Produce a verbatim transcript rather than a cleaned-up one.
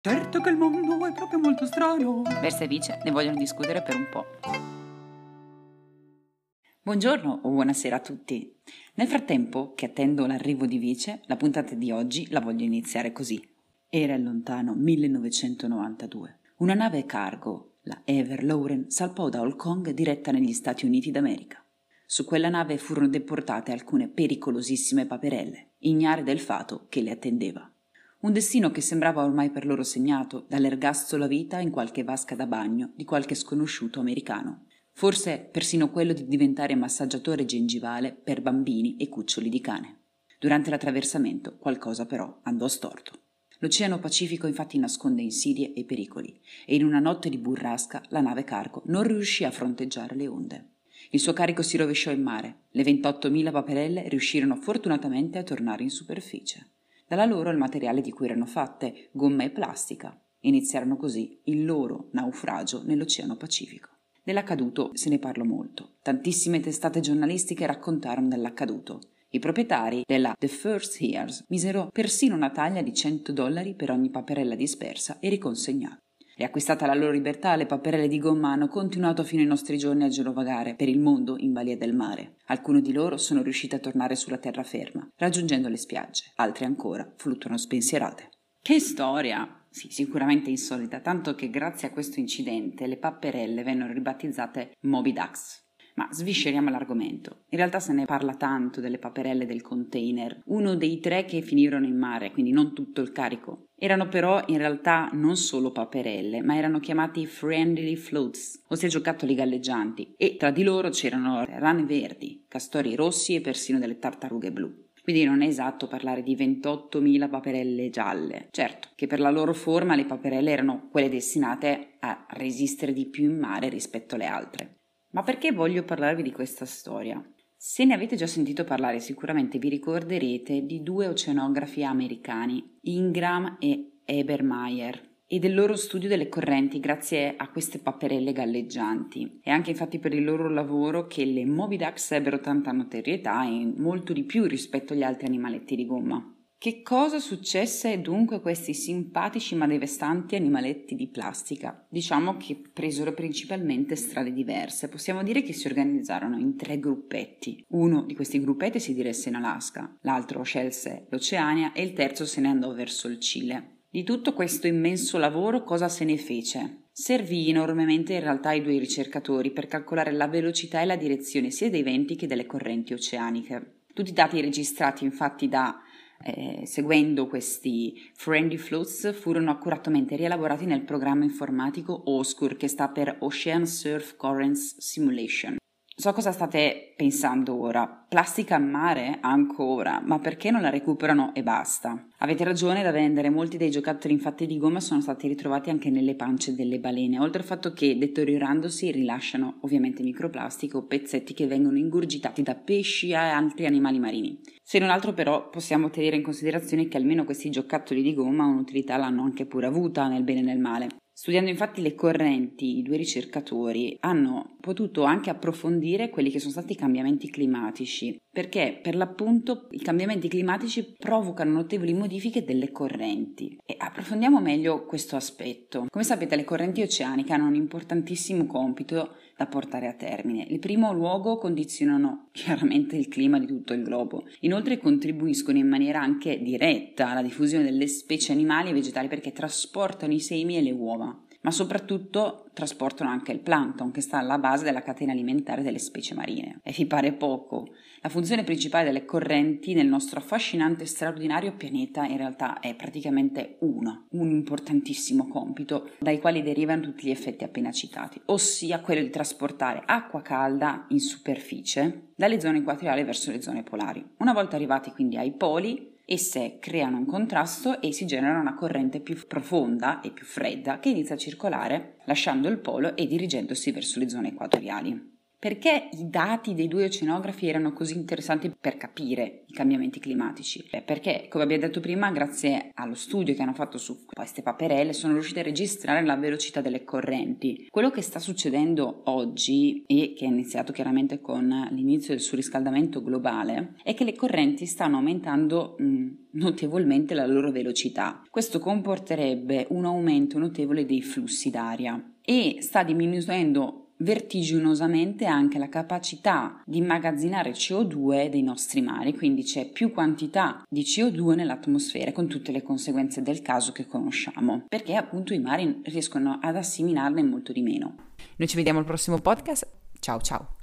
Certo che il mondo è proprio molto strano. Versa e Vice ne vogliono discutere per un po'. Buongiorno o buonasera a tutti. Nel frattempo che attendo l'arrivo di Vice, la puntata di oggi la voglio iniziare così. Era il lontano millenovecentonovantadue. Una nave cargo, la Ever Lauren, salpò da Hong Kong diretta negli Stati Uniti d'America. Su quella nave furono deportate alcune pericolosissime paperelle, ignare del fato che le attendeva. Un destino che sembrava ormai per loro segnato dall'ergastolo a vita in qualche vasca da bagno di qualche sconosciuto americano. Forse persino quello di diventare massaggiatore gengivale per bambini e cuccioli di cane. Durante l'attraversamento qualcosa però andò storto. L'Oceano Pacifico infatti nasconde insidie e pericoli, e in una notte di burrasca la nave cargo non riuscì a fronteggiare le onde. Il suo carico si rovesciò in mare, le ventottomila paperelle riuscirono fortunatamente a tornare in superficie. Dalla loro il materiale di cui erano fatte, gomma e plastica. Iniziarono così il loro naufragio nell'Oceano Pacifico. Dell'accaduto se ne parlò molto. Tantissime testate giornalistiche raccontarono dell'accaduto. I proprietari della The First Years misero persino una taglia di cento dollari per ogni paperella dispersa e riconsegnata. Riacquistata la loro libertà, le paperelle di gomma hanno continuato fino ai nostri giorni a girovagare per il mondo in balia del mare. Alcuni di loro sono riusciti a tornare sulla terraferma, raggiungendo le spiagge. Altre ancora fluttuano spensierate. Che storia! Sì, sicuramente insolita, tanto che grazie a questo incidente le paperelle vennero ribattezzate Moby Ducks. Ma svisceriamo l'argomento. In realtà se ne parla tanto delle paperelle del container, uno dei tre che finirono in mare, quindi non tutto il carico. Erano però in realtà non solo paperelle, ma erano chiamati friendly floats, ossia giocattoli galleggianti, e tra di loro c'erano rane verdi, castori rossi e persino delle tartarughe blu. Quindi non è esatto parlare di ventottomila paperelle gialle. Certo che per la loro forma le paperelle erano quelle destinate a resistere di più in mare rispetto alle altre. Ma perché voglio parlarvi di questa storia? Se ne avete già sentito parlare sicuramente vi ricorderete di due oceanografi americani, Ingram e Ebermeyer, e del loro studio delle correnti grazie a queste paperelle galleggianti. È anche infatti per il loro lavoro che le Moby Ducks ebbero tanta notorietà e molto di più rispetto agli altri animaletti di gomma. Che cosa successe dunque a questi simpatici ma devastanti animaletti di plastica? Diciamo che presero principalmente strade diverse. Possiamo dire che si organizzarono in tre gruppetti. Uno di questi gruppetti si diresse in Alaska, l'altro scelse l'Oceania e il terzo se ne andò verso il Cile. Di tutto questo immenso lavoro cosa se ne fece? Servì enormemente in realtà ai due ricercatori per calcolare la velocità e la direzione sia dei venti che delle correnti oceaniche. Tutti i dati registrati infatti da Eh, seguendo questi friendly floats furono accuratamente rielaborati nel programma informatico O S C U R, che sta per Ocean Surf Currents Simulation. So cosa state pensando ora. Plastica a mare? Ancora? Ma perché non la recuperano e basta? Avete ragione da vendere, molti dei giocattoli infatti di gomma sono stati ritrovati anche nelle pance delle balene, oltre al fatto che deteriorandosi rilasciano ovviamente microplastico o pezzetti che vengono ingurgitati da pesci e altri animali marini. Se non altro però possiamo tenere in considerazione che almeno questi giocattoli di gomma un'utilità l'hanno anche pure avuta nel bene e nel male. Studiando infatti le correnti, i due ricercatori hanno potuto anche approfondire quelli che sono stati i cambiamenti climatici, perché per l'appunto i cambiamenti climatici provocano notevoli modifiche delle correnti. E approfondiamo meglio questo aspetto. Come sapete, le correnti oceaniche hanno un importantissimo compito da portare a termine. In primo luogo condizionano chiaramente il clima di tutto il globo. Inoltre contribuiscono in maniera anche diretta alla diffusione delle specie animali e vegetali perché trasportano i semi e le uova, ma soprattutto trasportano anche il plancton che sta alla base della catena alimentare delle specie marine. E vi pare poco? La funzione principale delle correnti nel nostro affascinante e straordinario pianeta in realtà è praticamente una, un importantissimo compito dai quali derivano tutti gli effetti appena citati, ossia quello di trasportare acqua calda in superficie dalle zone equatoriali verso le zone polari. Una volta arrivati quindi ai poli, esse creano un contrasto e si genera una corrente più profonda e più fredda che inizia a circolare lasciando il polo e dirigendosi verso le zone equatoriali. Perché i dati dei due oceanografi erano così interessanti per capire i cambiamenti climatici? Beh, perché, come abbiamo detto prima, grazie allo studio che hanno fatto su queste paperelle, sono riusciti a registrare la velocità delle correnti. Quello che sta succedendo oggi, e che è iniziato chiaramente con l'inizio del surriscaldamento globale, è che le correnti stanno aumentando mh, notevolmente la loro velocità. Questo comporterebbe un aumento notevole dei flussi d'aria e sta diminuendo vertiginosamente anche la capacità di immagazzinare C O due dei nostri mari, quindi c'è più quantità di C O due nell'atmosfera con tutte le conseguenze del caso che conosciamo, perché appunto i mari riescono ad assimilarne molto di meno. Noi ci vediamo al prossimo podcast, ciao ciao!